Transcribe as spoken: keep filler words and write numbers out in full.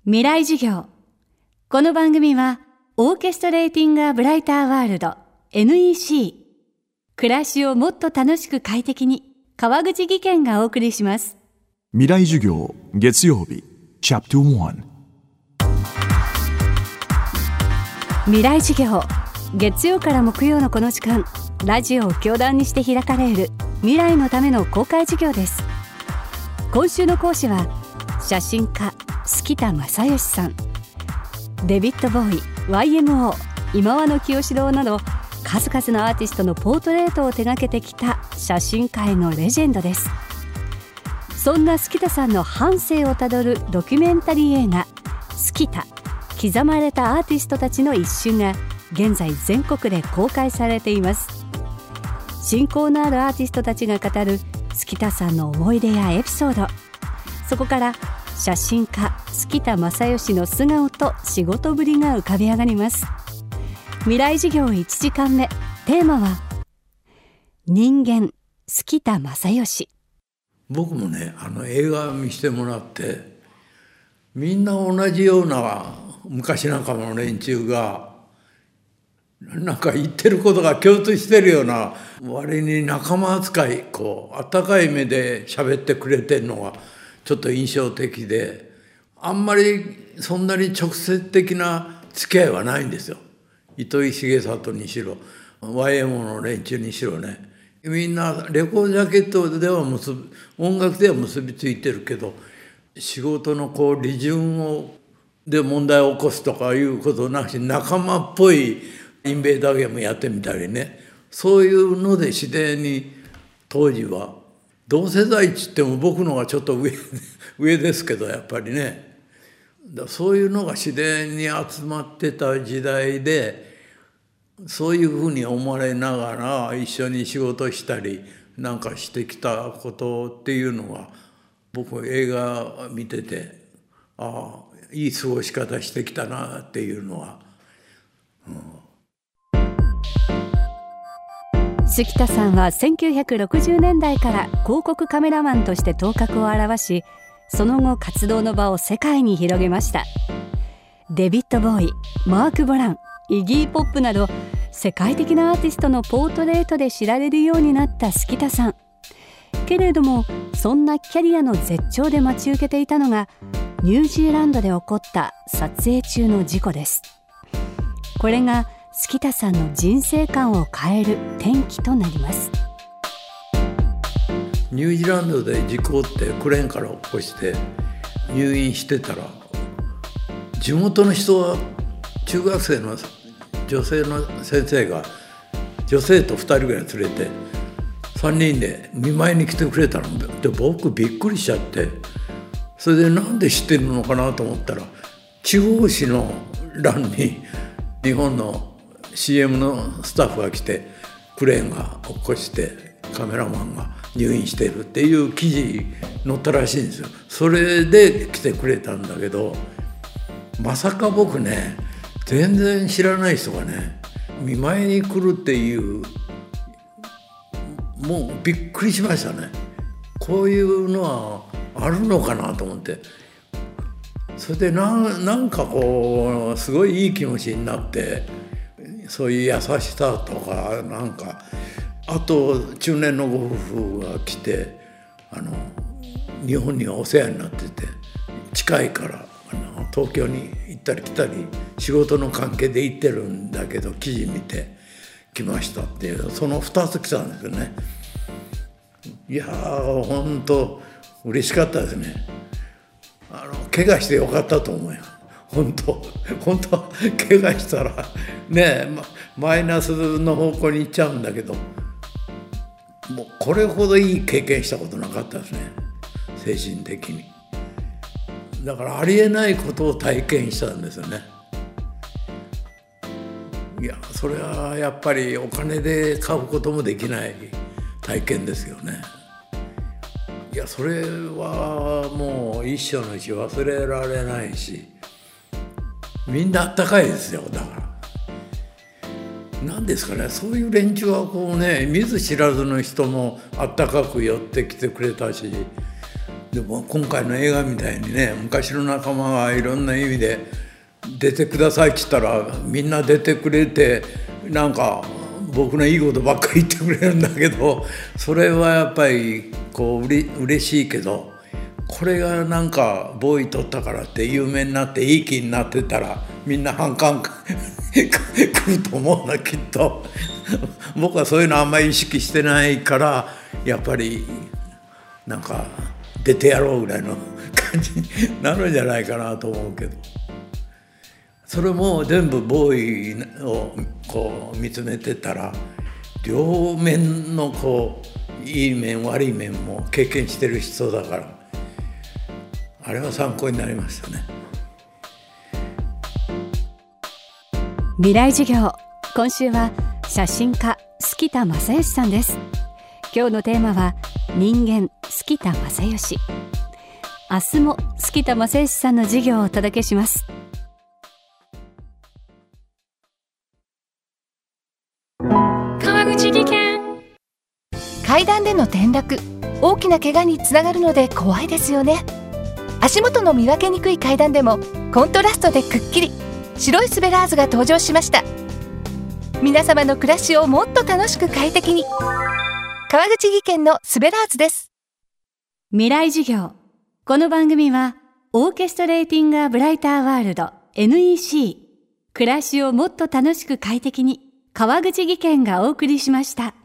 未来授業。この番組はオーケストレーティング・ア・ブライター・ワールド エヌイーシー 暮らしをもっと楽しく快適に川口義賢がお送りします。 未来授業月曜日チャプターワン未来授業月曜から木曜のこの時間、ラジオを教壇にして開かれる未来のための公開授業です。今週の講師は写真家隙田正義さん。デビッド・ボーイ、ワイエムオー、今和野清志郎など数々のアーティストのポートレートを手掛けてきた写真界のレジェンドです。そんな隙田さんの半生をたどるドキュメンタリー映画隙田、刻まれたアーティストたちの一瞬が現在全国で公開されています。親交のあるアーティストたちが語る隙田さんの思い出やエピソード、そこから写真家隙田正義の素顔と仕事ぶりが浮かび上がります。未来授業いちじかんめ、テーマは人間隙田正義。 僕もね、あの映画見せてもらってみんな同じような昔仲間の連中がなんか言ってることが共通してるような、割に仲間扱い、こう温かい目で喋ってくれてるのがちょっと印象的で、あんまりそんなに直接的な付き合いはないんですよ。糸井重里にしろ ワイエムオー の連中にしろね、みんなレコードジャケットでは結び音楽では結びついてるけど、仕事のこう利潤をで問題を起こすとかいうことなし、仲間っぽいインベーダーゲームやってみたりね、そういうので自然に当時は同世代っつっても僕のがちょっと上上ですけど、やっぱりね、だそういうのが自然に集まってた時代で、そういうふうに思われながら一緒に仕事したりなんかしてきたことっていうのが、僕映画見てて、ああいい過ごし方してきたなっていうのは、うん、 隙田さんはせんきゅうひゃくろくじゅうねんだいから広告カメラマンとして頭角を現し、その後活動の場を世界に広げました。デビッド・ボーイ、マーク・ボラン、イギー・ポップなど世界的なアーティストのポートレートで知られるようになった隙田さん。けれどもそんなキャリアの絶頂で待ち受けていたのがニュージーランドで起こった撮影中の事故です。これが隙田さんの人生観を変える転機となります。 ニュージーランドで事故ってクレーンから起こして入院してたら、地元の人は中学生の女性の先生が女性とふたりぐらい連れてさんにんで見舞いに来てくれたので、僕びっくりしちゃって、それでなんで知ってるのかなと思ったら、地方紙の欄に日本の シーエム のスタッフが来てクレーンが起こしてカメラマンが入院してるっていう記事載ったらしいんですよ。それで来てくれたんだけど、まさか僕ね、全然知らない人がね見舞いに来るっていう、もうびっくりしましたね。こういうのはあるのかなと思って、それでな ん, なんかこうすごいいい気持ちになって、そういう優しさとか、なんかあと中年のご夫婦が来て、あの日本にはお世話になってて、近いからあの東京に行ったり来たり仕事の関係で行ってるんだけど、記事見て来ましたっていう、そのふたつ来たんですよね。いやー本当嬉しかったですね。あの怪我してよかったと思うよ。本当本当怪我したらね、マイナスの方向に行っちゃうんだけど、もうこれほどいい経験したことなかったですね、精神的に。だからありえないことを体験したんですよね。いや、それはやっぱりお金で買うこともできない体験ですよね。いや、それはもう一生のうち忘れられないし、みんなあったかいですよ。だからなんですかね、そういう連中はこうね、見ず知らずの人もあったかく寄ってきてくれたし、 でも今回の映画みたいにね、昔の仲間がいろんな意味で出てくださいって言ったらみんな出てくれて、なんか僕のいいことばっかり言ってくれるんだけど、それはやっぱりこううれ嬉しいけど、これがなんかボーイ取ったからって有名になっていい気になってたらみんな反感来ると思うな、きっと。僕はそういうのあんまり意識してないから、やっぱりなんか出てやろうぐらいの感じになるんじゃないかなと思うけど、それも全部ボーイをこう見つめてたら、両面のこういい面悪い面も経験してる人だから、あれは参考になりましたね。 未来授業、今週は写真家附田正義さんです。今日のテーマは人間附田正義。明日も附田正義さんの授業をお届けします。 川口技研。階段での転落、大きな怪我につながるので怖いですよね。足元の見分けにくい階段でもコントラストでくっきり白いスベラーズが登場しました。皆様の暮らしをもっと楽しく快適に、川口技研のスベラーズです。 未来授業、この番組はオーケストレーティングアブライターワールド エヌイーシー、 暮らしをもっと楽しく快適に、川口技研がお送りしました。